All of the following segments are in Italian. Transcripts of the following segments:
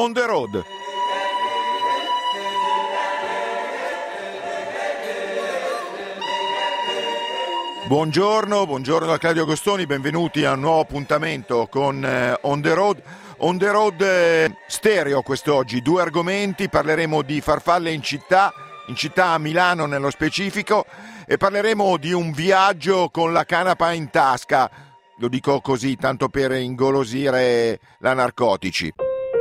On the Road. Buongiorno da Claudio Agostoni, benvenuti a un nuovo appuntamento con On the Road. On the Road stereo quest'oggi, 2 argomenti, parleremo di farfalle in città a Milano nello specifico, e parleremo di un viaggio con la canapa in tasca, lo dico così tanto per ingolosire la narcotici.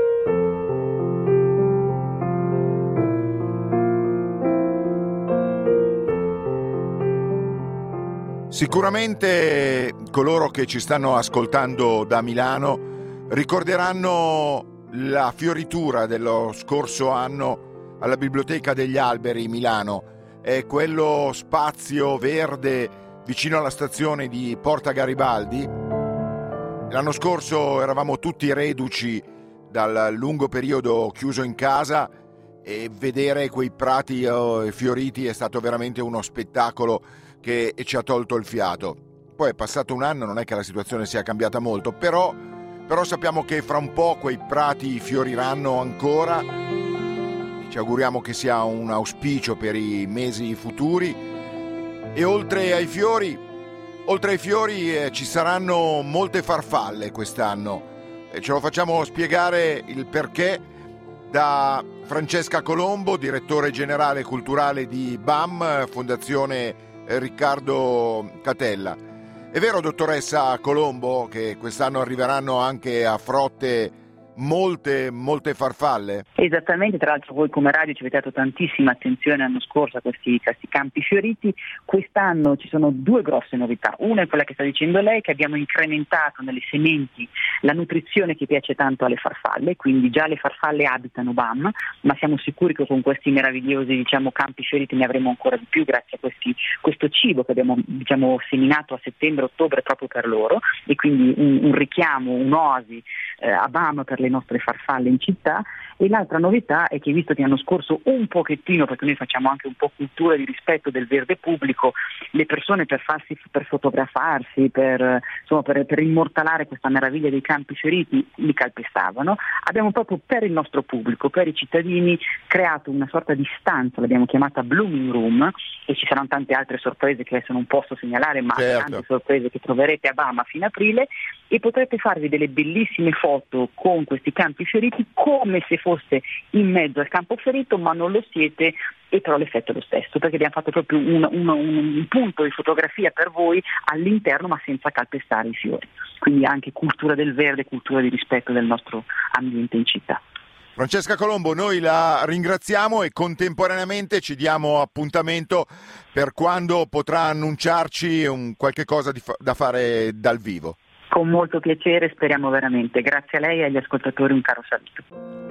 Sicuramente coloro che ci stanno ascoltando da Milano ricorderanno la fioritura dello scorso anno alla Biblioteca degli Alberi Milano. È quello spazio verde vicino alla stazione di Porta Garibaldi. L'anno scorso eravamo tutti reduci dal lungo periodo chiuso in casa e vedere quei prati fioriti è stato veramente uno spettacolo che ci ha tolto il fiato. Poi è passato un anno, non è che la situazione sia cambiata molto, però sappiamo che fra un po' quei prati fioriranno ancora. Ci auguriamo che sia un auspicio per i mesi futuri. E oltre ai fiori ci saranno molte farfalle quest'anno. Ce lo facciamo spiegare il perché da Francesca Colombo, direttore generale culturale di BAM, Fondazione Riccardo Catella. È vero, dottoressa Colombo, che quest'anno arriveranno anche a frotte molte farfalle? Esattamente, tra l'altro voi come radio ci avete dato tantissima attenzione l'anno scorso a questi campi fioriti. Quest'anno ci sono 2 grosse novità. Una è quella che sta dicendo lei, che abbiamo incrementato nelle sementi la nutrizione che piace tanto alle farfalle, quindi già le farfalle abitano BAM, ma siamo sicuri che con questi meravigliosi campi fioriti ne avremo ancora di più grazie a questo cibo che abbiamo seminato a settembre-ottobre proprio per loro, e quindi un richiamo, un'oasi a BAM per le nostre farfalle in città. E l'altra novità è che, visto che l'anno scorso un pochettino, perché noi facciamo anche un po' cultura di rispetto del verde pubblico, le persone per fotografarsi, per immortalare questa meraviglia dei campi fioriti li calpestavano, abbiamo proprio per il nostro pubblico, per i cittadini, creato una sorta di stanza, l'abbiamo chiamata Blooming Room, e ci saranno tante altre sorprese che adesso non posso segnalare, ma certo, tante sorprese che troverete a BAM a fine aprile, e potrete farvi delle bellissime foto con questi campi fioriti come se fosse in mezzo al campo fiorito, ma non lo siete, e però l'effetto è lo stesso, perché abbiamo fatto proprio un punto di fotografia per voi all'interno, ma senza calpestare i fiori. Quindi anche cultura del verde, cultura di rispetto del nostro ambiente in città. Francesca Colombo, noi la ringraziamo e contemporaneamente ci diamo appuntamento per quando potrà annunciarci qualche cosa da fare dal vivo. Con molto piacere, speriamo veramente. Grazie a lei e agli ascoltatori un caro saluto.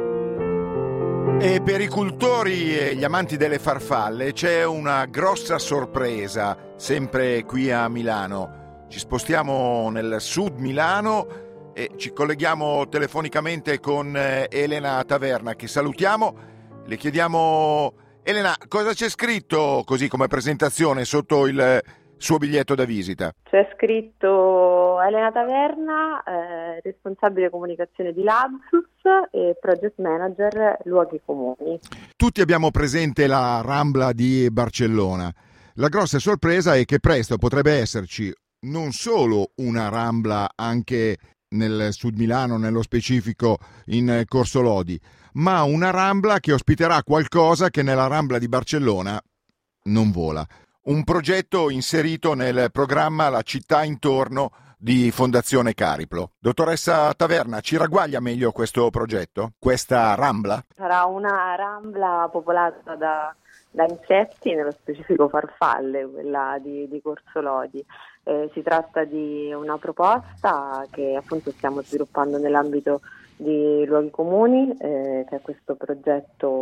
E per i cultori e gli amanti delle farfalle c'è una grossa sorpresa sempre qui a Milano. Ci spostiamo nel sud Milano e ci colleghiamo telefonicamente con Elena Taverna, che salutiamo. Le chiediamo, Elena, cosa c'è scritto così come presentazione sotto il suo biglietto da visita? C'è scritto Elena Taverna, responsabile comunicazione di Labsus e project manager luoghi comuni. Tutti abbiamo presente la Rambla di Barcellona. La grossa sorpresa è che presto potrebbe esserci non solo una Rambla anche nel sud Milano, nello specifico in Corso Lodi, ma una Rambla che ospiterà qualcosa che nella Rambla di Barcellona non vola. Un progetto inserito nel programma La città intorno di Fondazione Cariplo. Dottoressa Taverna, ci ragguaglia meglio questo progetto, questa Rambla? Sarà una Rambla popolata da insetti, nello specifico farfalle, quella di Corso Lodi. Si tratta di una proposta che appunto stiamo sviluppando nell'ambito di luoghi comuni, che è questo progetto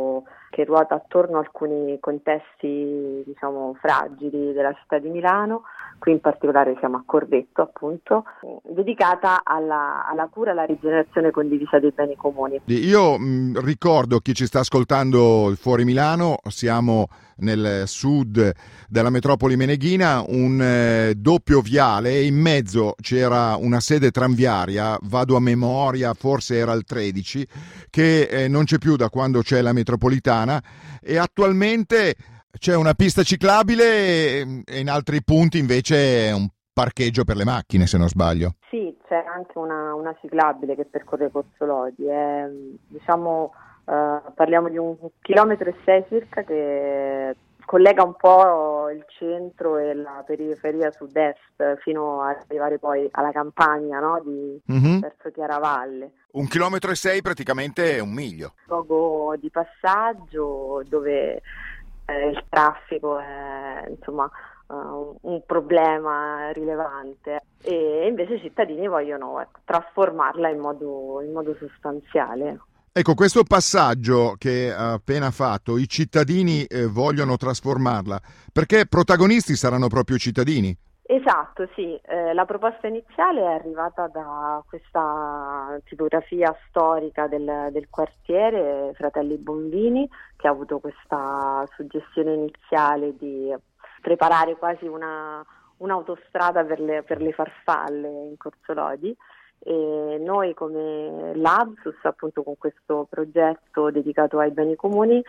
che ruota attorno a alcuni contesti, diciamo, fragili della città di Milano. Qui in particolare siamo a Corvetto, appunto, dedicata alla cura e alla rigenerazione condivisa dei beni comuni. Io ricordo chi ci sta ascoltando fuori Milano, siamo nel sud della metropoli meneghina, un doppio viale e in mezzo c'era una sede tranviaria, vado a memoria, forse era il 13, che non c'è più da quando c'è la metropolitana, e attualmente c'è una pista ciclabile e in altri punti invece un parcheggio per le macchine, se non sbaglio. Sì, c'è anche una ciclabile che percorre Corso Lodi, diciamo, parliamo di 1,6 chilometri circa, che collega un po' il centro e la periferia sud-est fino ad arrivare poi alla campagna, no? Verso Chiaravalle. 1,6 chilometri praticamente un miglio. Luogo di passaggio dove il traffico è, insomma, un problema rilevante, e invece i cittadini vogliono, trasformarla in modo sostanziale. Ecco, questo passaggio che ha appena fatto, i cittadini vogliono trasformarla, perché protagonisti saranno proprio i cittadini. Esatto, sì. La proposta iniziale è arrivata da questa tipografia storica del quartiere, Fratelli Bombini, che ha avuto questa suggestione iniziale di preparare quasi un'autostrada per le farfalle in Corso Lodi. E noi come Labsus, appunto, con questo progetto dedicato ai beni comuni,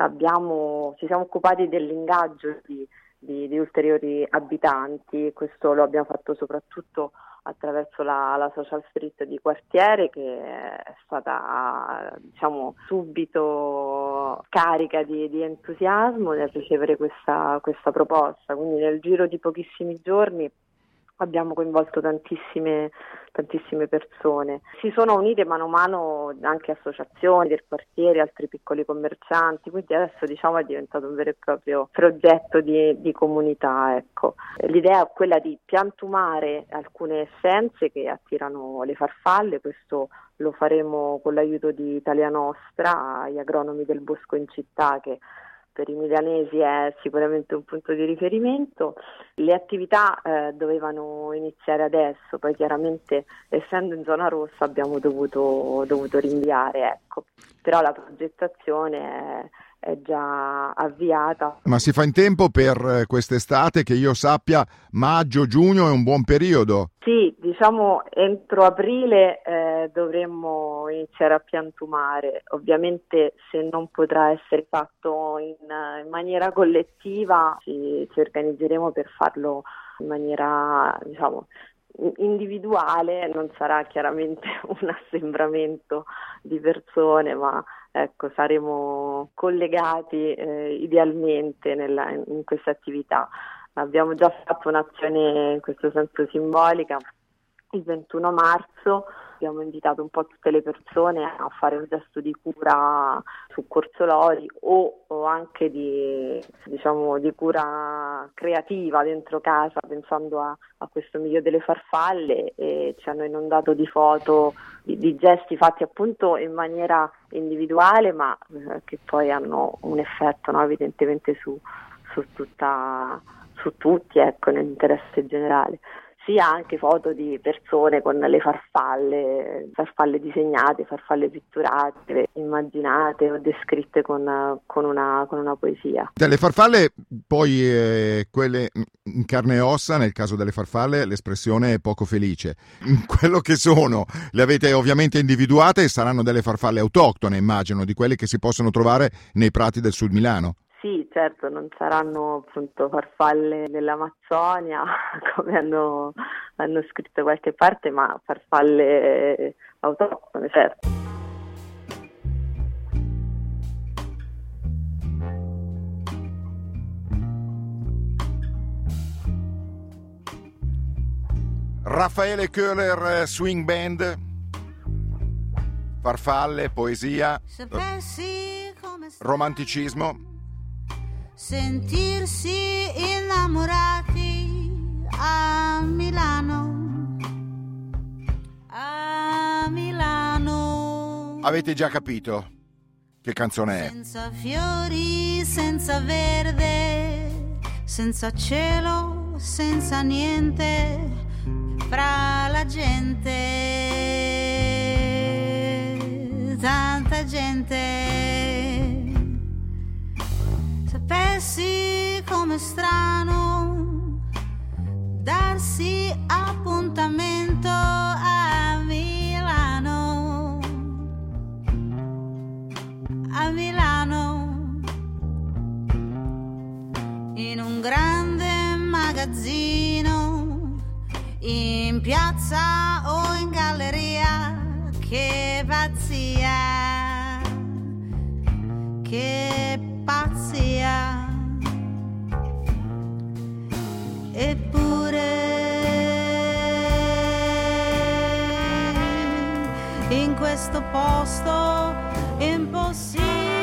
ci siamo occupati dell'ingaggio di ulteriori abitanti. Questo lo abbiamo fatto soprattutto attraverso la social street di quartiere, che è stata, diciamo, subito carica di entusiasmo nel ricevere questa proposta. Quindi nel giro di pochissimi giorni abbiamo coinvolto tantissime persone. Si sono unite mano a mano anche associazioni del quartiere, altri piccoli commercianti, quindi adesso, diciamo, è diventato un vero e proprio progetto di comunità, ecco. L'idea è quella di piantumare alcune essenze che attirano le farfalle. Questo lo faremo con l'aiuto di Italia Nostra, gli agronomi del bosco in città, che per i milanesi è sicuramente un punto di riferimento. Le attività dovevano iniziare adesso, poi chiaramente, essendo in zona rossa, abbiamo dovuto rinviare, ecco. Però la progettazione è già avviata. Ma si fa in tempo per quest'estate? Che io sappia, maggio-giugno è un buon periodo. Sì, diciamo entro aprile dovremmo iniziare a piantumare. Ovviamente, se non potrà essere fatto in maniera collettiva, ci organizzeremo per farlo in maniera, diciamo, individuale. Non sarà chiaramente un assembramento di persone, ma ecco, saremo collegati idealmente in questa attività. Abbiamo già fatto un'azione in questo senso simbolica. Il 21 marzo abbiamo invitato un po' tutte le persone a fare un gesto di cura su Corso Lodi o anche di cura creativa dentro casa, pensando a questo miglio delle farfalle, e ci hanno inondato di foto di gesti fatti appunto in maniera individuale, ma che poi hanno un effetto, no, evidentemente su tutti, ecco, nell'interesse generale. Sia anche foto di persone con le farfalle disegnate, farfalle pitturate, immaginate o descritte con una poesia. Delle farfalle, poi quelle in carne e ossa, nel caso delle farfalle l'espressione è poco felice. Quello che sono, le avete ovviamente individuate e saranno delle farfalle autoctone, immagino, di quelle che si possono trovare nei prati del sud Milano. Sì, certo, non saranno appunto farfalle dell'Amazzonia come hanno scritto da qualche parte, ma farfalle autoctone, certo. Raffaele Köhler Swing Band, farfalle, poesia, romanticismo. Sentirsi innamorati a Milano, a Milano. Avete già capito Che canzone è? Senza fiori, senza verde, senza cielo, senza niente, fra la gente, tanta gente. Sapessi com'è strano darsi appuntamento a Milano, in un grande magazzino, in piazza o in galleria. Che pazzia, che pazzia. Eppure in questo posto impossibile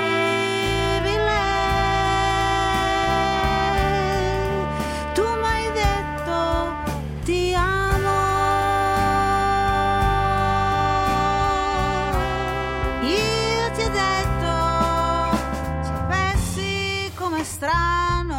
tu m'hai detto ti amo. Io ti ho detto sapessi com'è strano.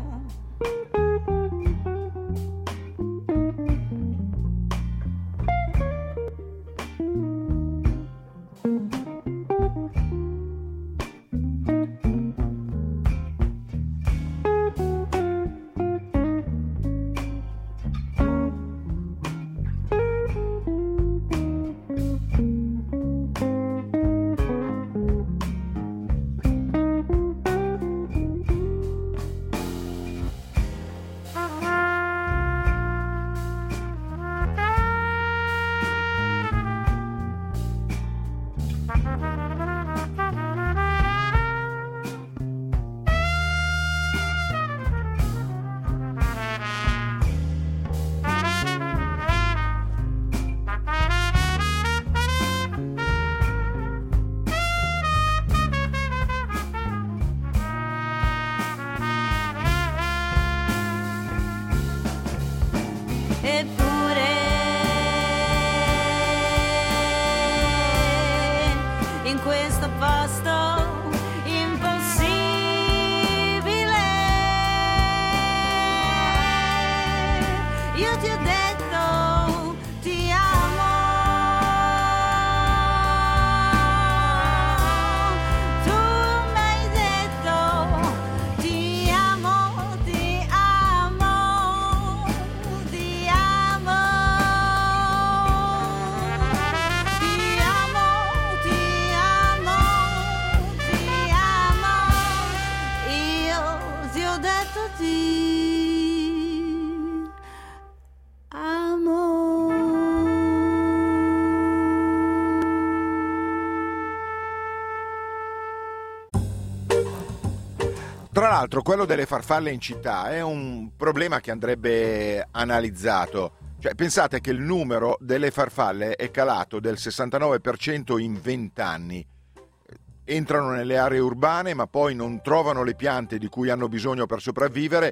Tra l'altro quello delle farfalle in città è un problema che andrebbe analizzato. Cioè, pensate che il numero delle farfalle è calato del 69% in 20 anni. Entrano nelle aree urbane ma poi non trovano le piante di cui hanno bisogno per sopravvivere,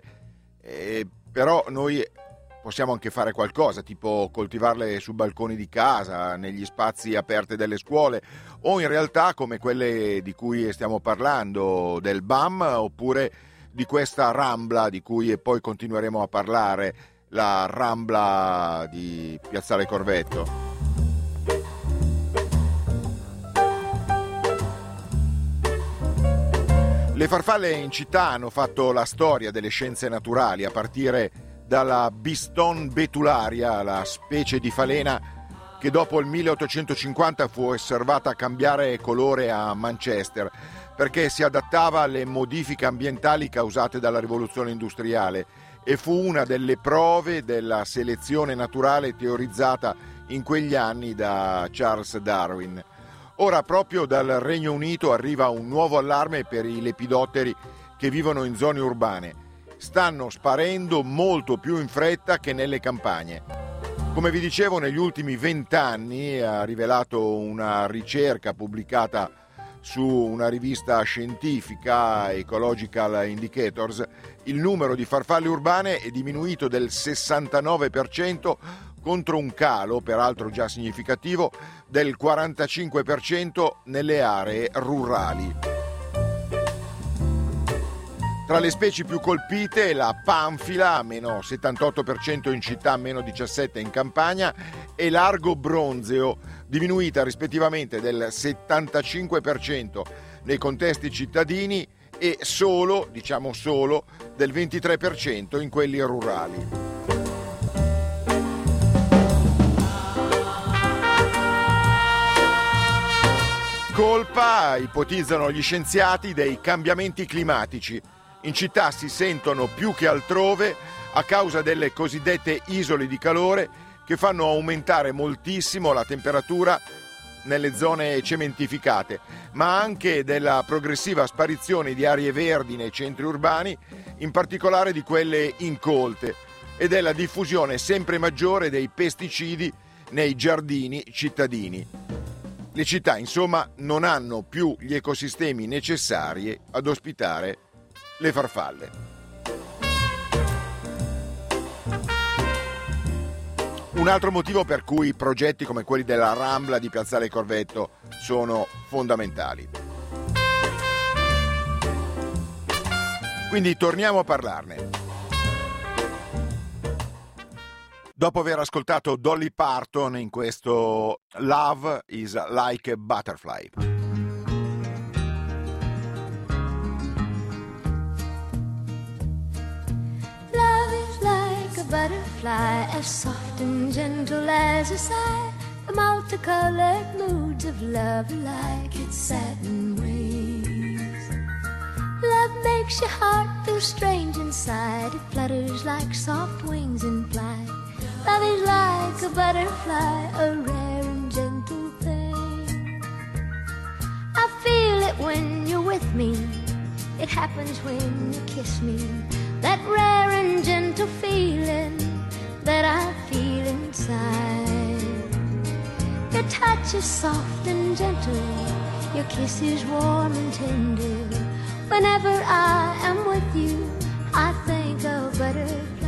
però noi possiamo anche fare qualcosa, tipo coltivarle su balconi di casa, negli spazi aperti delle scuole, o in realtà come quelle di cui stiamo parlando, del BAM, oppure di questa Rambla di cui poi continueremo a parlare, la Rambla di Piazzale Corvetto. Le farfalle in città hanno fatto la storia delle scienze naturali, a partire dalla Biston betularia, la specie di falena che dopo il 1850 fu osservata cambiare colore a Manchester perché si adattava alle modifiche ambientali causate dalla rivoluzione industriale e fu una delle prove della selezione naturale teorizzata in quegli anni da Charles Darwin. Ora proprio dal Regno Unito arriva un nuovo allarme per i lepidotteri che vivono in zone urbane. Stanno sparendo molto più in fretta che nelle campagne. Come vi dicevo, negli ultimi 20 anni, ha rivelato una ricerca pubblicata su una rivista scientifica, Ecological Indicators, il numero di farfalle urbane è diminuito del 69% contro un calo, peraltro già significativo, del 45% nelle aree rurali. Tra le specie più colpite la panfila, meno 78% in città, meno 17% in campagna, e l'argo bronzeo, diminuita rispettivamente del 75% nei contesti cittadini e solo del 23% in quelli rurali. Colpa, ipotizzano gli scienziati, dei cambiamenti climatici. In città si sentono più che altrove a causa delle cosiddette isole di calore che fanno aumentare moltissimo la temperatura nelle zone cementificate, ma anche della progressiva sparizione di aree verdi nei centri urbani, in particolare di quelle incolte, e della diffusione sempre maggiore dei pesticidi nei giardini cittadini. Le città, insomma, non hanno più gli ecosistemi necessari ad ospitare le farfalle. Un altro motivo per cui progetti come quelli della Rambla di Piazzale Corvetto sono fondamentali. Quindi torniamo a parlarne. Dopo aver ascoltato Dolly Parton in questo Love is Like a Butterfly. Butterfly, as soft and gentle as a sigh, the multicolored moods of love are like its satin wings. Love makes your heart feel strange inside, it flutters like soft wings in flight. Love is like a butterfly, a rare and gentle thing. I feel it when you're with me, it happens when you kiss me. That rare and gentle feeling that I feel inside. Your touch is soft and gentle, your kiss is warm and tender. Whenever I am with you, I think of butterflies.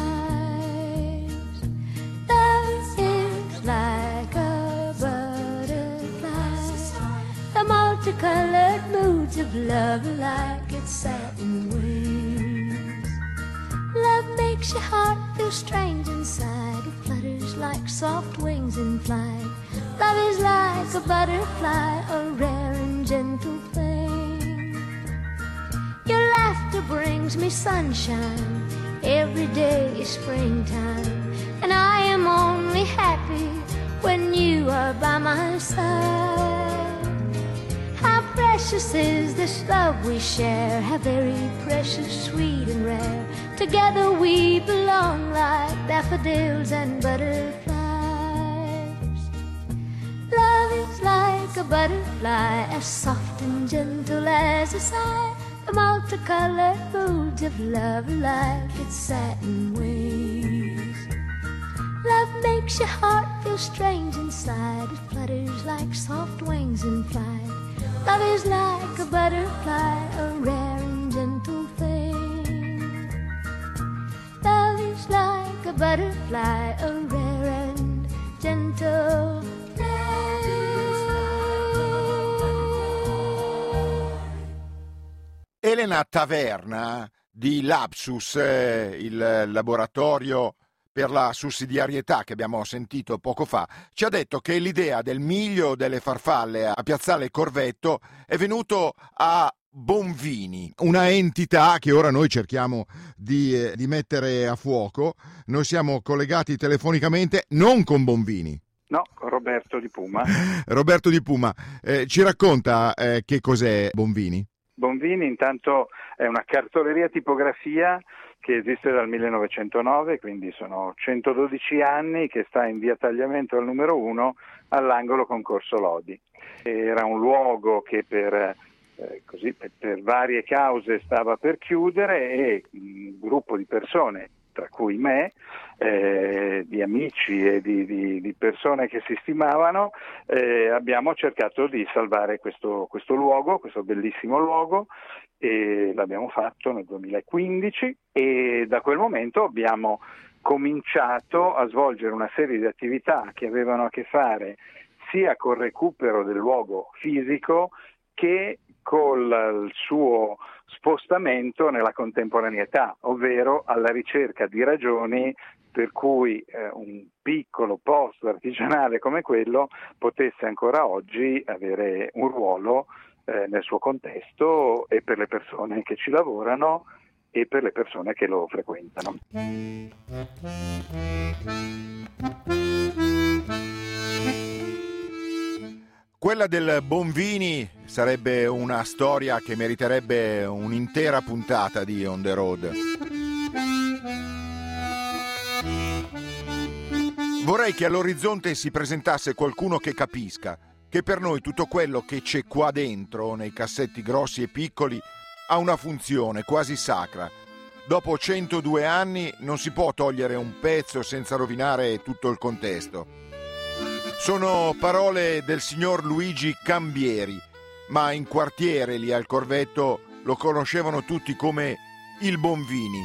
Love is like a butterfly. The multicolored moods of love are like its satin wings. Love makes your heart feel strange inside, it flutters like soft wings in flight. Love is like a butterfly, a rare and gentle thing. Your laughter brings me sunshine, every day is springtime, and I am only happy when you are by my side. How precious is this love we share, how very precious, sweet and rare. Together we belong like daffodils and butterflies. Love is like a butterfly, as soft and gentle as a sigh. The multicolored moods of love are like its satin wings. Love makes your heart feel strange inside, it flutters like soft wings in flight. Love is like a butterfly, a rare and gentle thing. Love is like a butterfly, a rare and gentle thing. Elena Taverna di Lapsus, il laboratorio per la sussidiarietà che abbiamo sentito poco fa, ci ha detto che l'idea del miglio delle farfalle a Piazzale Corvetto è venuto a Bonvini, una entità che ora noi cerchiamo di mettere a fuoco. Noi siamo collegati telefonicamente non con Bonvini. No, con Roberto Di Puma. Roberto Di Puma, ci racconta che cos'è Bonvini? Bonvini intanto è una cartoleria tipografia che esiste dal 1909, quindi sono 112 anni, che sta in via Tagliamento al numero 1 all'angolo con Corso Lodi. Era un luogo che per varie cause stava per chiudere e un gruppo di persone, tra cui me, di amici e di persone che si stimavano, abbiamo cercato di salvare questo luogo, questo bellissimo luogo, e l'abbiamo fatto nel 2015 e da quel momento abbiamo cominciato a svolgere una serie di attività che avevano a che fare sia col recupero del luogo fisico che col suo spostamento nella contemporaneità, ovvero alla ricerca di ragioni per cui un piccolo posto artigianale come quello potesse ancora oggi avere un ruolo nel suo contesto e per le persone che ci lavorano e per le persone che lo frequentano. Quella del Bonvini sarebbe una storia che meriterebbe un'intera puntata di On the Road. Vorrei che all'orizzonte si presentasse qualcuno che capisca che per noi tutto quello che c'è qua dentro, nei cassetti grossi e piccoli, ha una funzione quasi sacra. Dopo 102 anni non si può togliere un pezzo senza rovinare tutto il contesto. Sono parole del signor Luigi Cambieri, ma in quartiere lì al Corvetto lo conoscevano tutti come il Bonvini.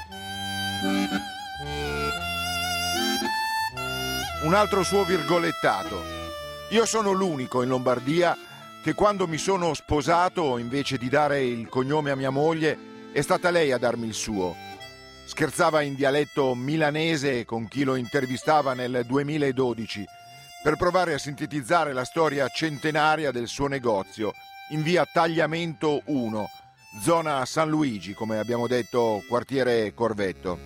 Un altro suo virgolettato: io sono l'unico in Lombardia che quando mi sono sposato, invece di dare il cognome a mia moglie, è stata lei a darmi il suo. Scherzava in dialetto milanese con chi lo intervistava nel 2012 per provare a sintetizzare la storia centenaria del suo negozio in via Tagliamento 1, zona San Luigi, come abbiamo detto, quartiere Corvetto.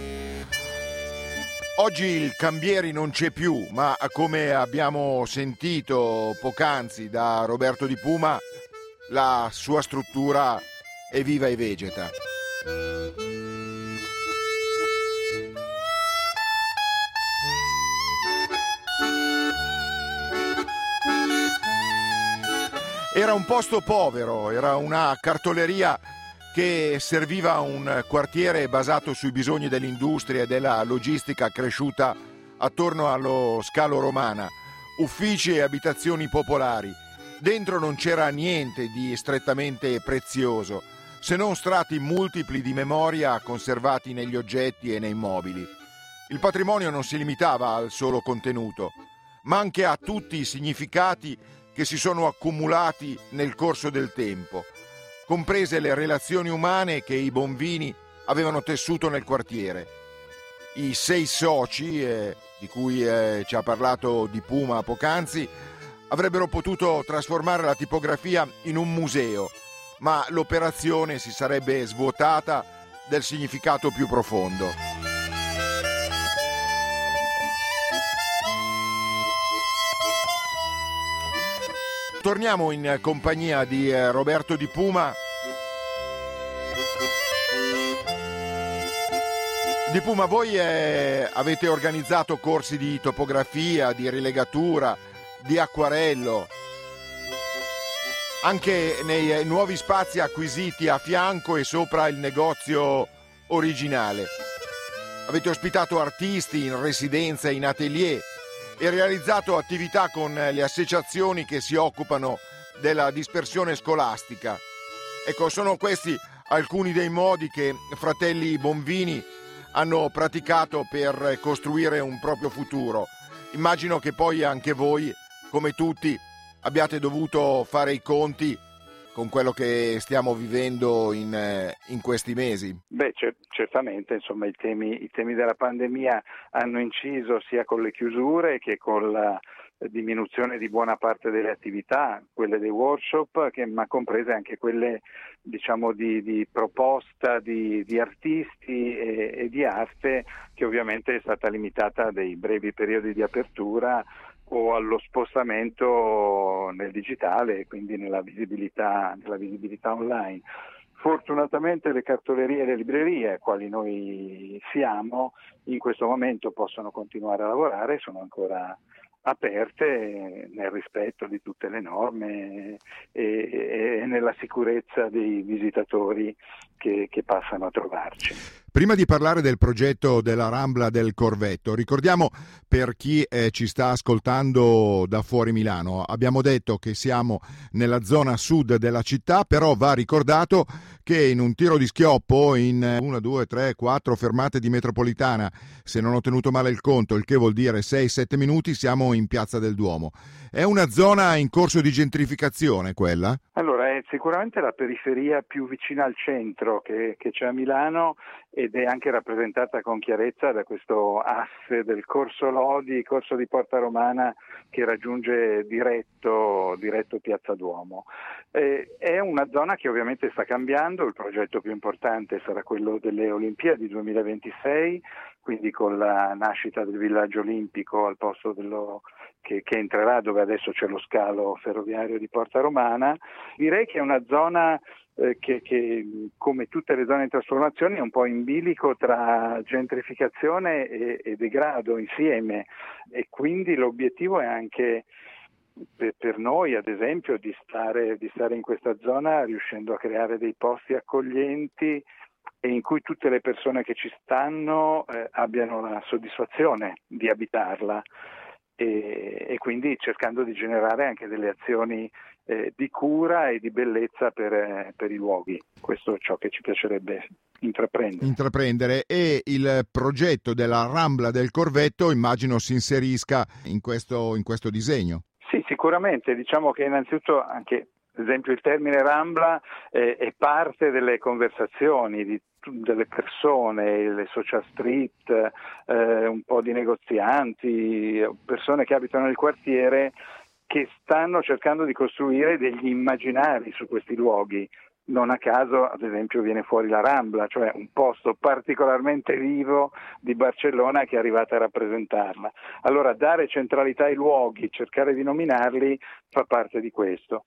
Oggi il Cambieri non c'è più, ma come abbiamo sentito poc'anzi da Roberto Di Puma, la sua struttura è viva e vegeta. Era un posto povero, era una cartoleria che serviva a un quartiere basato sui bisogni dell'industria e della logistica cresciuta attorno allo scalo Romana, uffici e abitazioni popolari. Dentro non c'era niente di strettamente prezioso, se non strati multipli di memoria conservati negli oggetti e nei mobili. Il patrimonio non si limitava al solo contenuto, ma anche a tutti i significati che si sono accumulati nel corso del tempo, comprese le relazioni umane che i Bonvini avevano tessuto nel quartiere. I 6 soci, di cui ci ha parlato Di Puma poc'anzi, avrebbero potuto trasformare la tipografia in un museo, ma l'operazione si sarebbe svuotata del significato più profondo. Torniamo in compagnia di Roberto Di Puma. Di Puma, voi avete organizzato corsi di topografia, di rilegatura, di acquarello, anche nei nuovi spazi acquisiti a fianco e sopra il negozio originale. Avete ospitato artisti in residenza e in atelier e realizzato attività con le associazioni che si occupano della dispersione scolastica. Ecco, sono questi alcuni dei modi che fratelli Bonvini hanno praticato per costruire un proprio futuro. Immagino che poi anche voi, come tutti, abbiate dovuto fare i conti con quello che stiamo vivendo in questi mesi. Beh, certamente, insomma, i temi della pandemia hanno inciso sia con le chiusure che con la diminuzione di buona parte delle attività, quelle dei workshop, ma comprese anche quelle, diciamo, di proposta di artisti e di arte, che ovviamente è stata limitata a dei brevi periodi di apertura o allo spostamento nel digitale, quindi nella visibilità online. Fortunatamente le cartolerie e le librerie, quali noi siamo, in questo momento possono continuare a lavorare, sono ancora aperte nel rispetto di tutte le norme e nella sicurezza dei visitatori che passano a trovarci. Prima di parlare del progetto della Rambla del Corvetto, ricordiamo per chi ci sta ascoltando da fuori Milano, abbiamo detto che siamo nella zona sud della città, però va ricordato che in un tiro di schioppo, in 1, 2, 3, 4 fermate di metropolitana, se non ho tenuto male il conto, il che vuol dire 6-7 minuti, siamo in Piazza del Duomo. È una zona in corso di gentrificazione quella? Allora, è sicuramente la periferia più vicina al centro che c'è a Milano, ed è anche rappresentata con chiarezza da questo asse del Corso Lodi, Corso di Porta Romana, che raggiunge diretto Piazza Duomo. È una zona che ovviamente sta cambiando, il progetto più importante sarà quello delle Olimpiadi 2026, quindi con la nascita del villaggio olimpico al posto che entrerà dove adesso c'è lo scalo ferroviario di Porta Romana. Direi che è una zona che come tutte le zone in trasformazione è un po' in bilico tra gentrificazione e degrado insieme, e quindi l'obiettivo è anche per noi, ad esempio, di stare in questa zona riuscendo a creare dei posti accoglienti e in cui tutte le persone che ci stanno abbiano la soddisfazione di abitarla, e quindi cercando di generare anche delle azioni di cura e di bellezza per i luoghi. Questo è ciò che ci piacerebbe intraprendere. E il progetto della Rambla del Corvetto immagino si inserisca in questo disegno. Sì, sicuramente. Diciamo che innanzitutto anche, ad esempio, il termine Rambla è parte delle conversazioni delle persone, le social street, un po' di negozianti, persone che abitano nel quartiere, che stanno cercando di costruire degli immaginari su questi luoghi. Non a caso, ad esempio, viene fuori la Rambla, cioè un posto particolarmente vivo di Barcellona che è arrivata a rappresentarla. Allora, dare centralità ai luoghi, cercare di nominarli, fa parte di questo.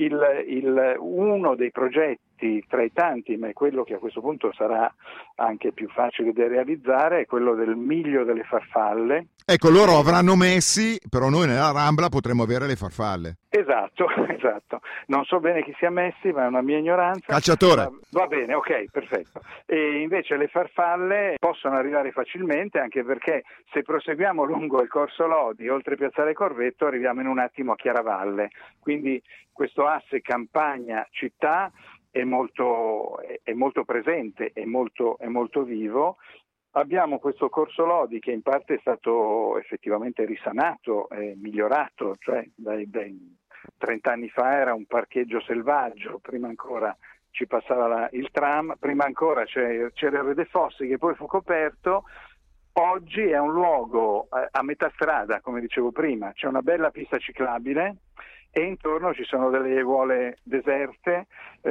Uno dei progetti tra i tanti, ma è quello che a questo punto sarà anche più facile da realizzare, è quello del Miglio delle Farfalle. Ecco, loro avranno messi, però noi nella Rambla potremo avere le farfalle. Esatto. Non so bene chi si è messi, ma è una mia ignoranza. Calciatore. Va bene, ok, perfetto. E invece le farfalle possono arrivare facilmente, anche perché se proseguiamo lungo il Corso Lodi, oltre Piazzale Corvetto, arriviamo in un attimo a Chiaravalle. Quindi questo asse campagna-città è molto presente, è molto vivo. Abbiamo questo Corso Lodi che in parte è stato effettivamente risanato e migliorato, cioè dai 30 anni fa era un parcheggio selvaggio, prima ancora ci passava il tram, prima ancora c'era il Re dei Fossi che poi fu coperto. Oggi è un luogo a metà strada, come dicevo prima, c'è una bella pista ciclabile e intorno ci sono delle aiuole deserte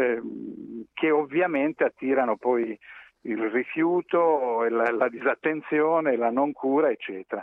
che ovviamente attirano poi il rifiuto, la disattenzione, la non cura, eccetera.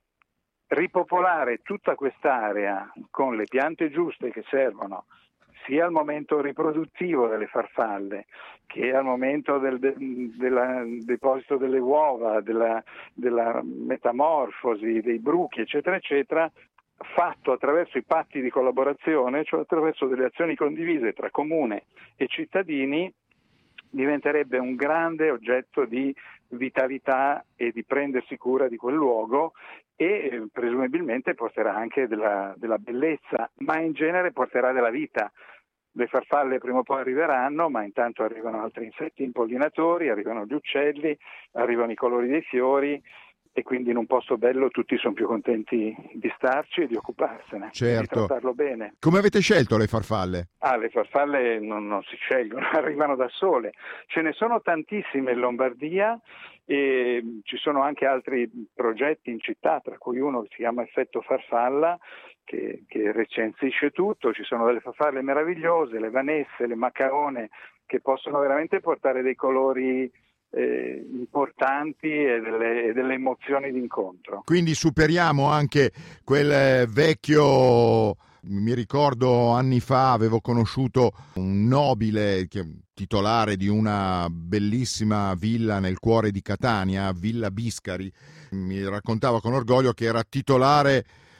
Ripopolare tutta quest'area con le piante giuste che servono sia al momento riproduttivo delle farfalle che al momento del deposito delle uova, della metamorfosi, dei bruchi, eccetera, eccetera, fatto attraverso i patti di collaborazione, cioè attraverso delle azioni condivise tra comune e cittadini, diventerebbe un grande oggetto di vitalità e di prendersi cura di quel luogo, e presumibilmente porterà anche della bellezza, ma in genere porterà della vita. Le farfalle prima o poi arriveranno, ma intanto arrivano altri insetti impollinatori, arrivano gli uccelli, arrivano i colori dei fiori, e quindi in un posto bello tutti sono più contenti di starci e di occuparsene, certo, di trattarlo bene. Come avete scelto le farfalle? Le farfalle non si scelgono, arrivano da sole. Ce ne sono tantissime in Lombardia e ci sono anche altri progetti in città, tra cui uno che si chiama Effetto Farfalla, che recensisce tutto. Ci sono delle farfalle meravigliose, le vanesse, le macarone, che possono veramente portare dei colori importanti e delle emozioni d'incontro. Quindi superiamo anche quel vecchio, mi ricordo anni fa avevo conosciuto un nobile titolare di una bellissima villa nel cuore di Catania, Villa Biscari, mi raccontava con orgoglio che era titolare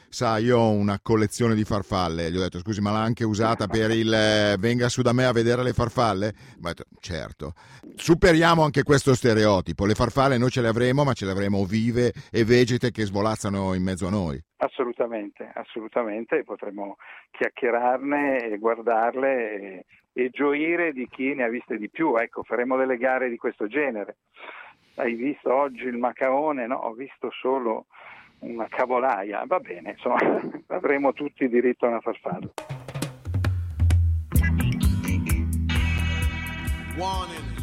sa, io ho una collezione di farfalle. Gli ho detto, scusi, ma l'ha anche usata per il venga su da me a vedere le farfalle? Ma ho detto, certo. Superiamo anche questo stereotipo. Le farfalle noi ce le avremo, ma ce le avremo vive e vegete che svolazzano in mezzo a noi. Assolutamente, potremo chiacchierarne e guardarle e gioire di chi ne ha viste di più. Ecco, faremo delle gare di questo genere. Hai visto oggi il macaone? No, ho visto solo una cavolaia. Va bene, insomma, avremo tutti diritto a una farfalla.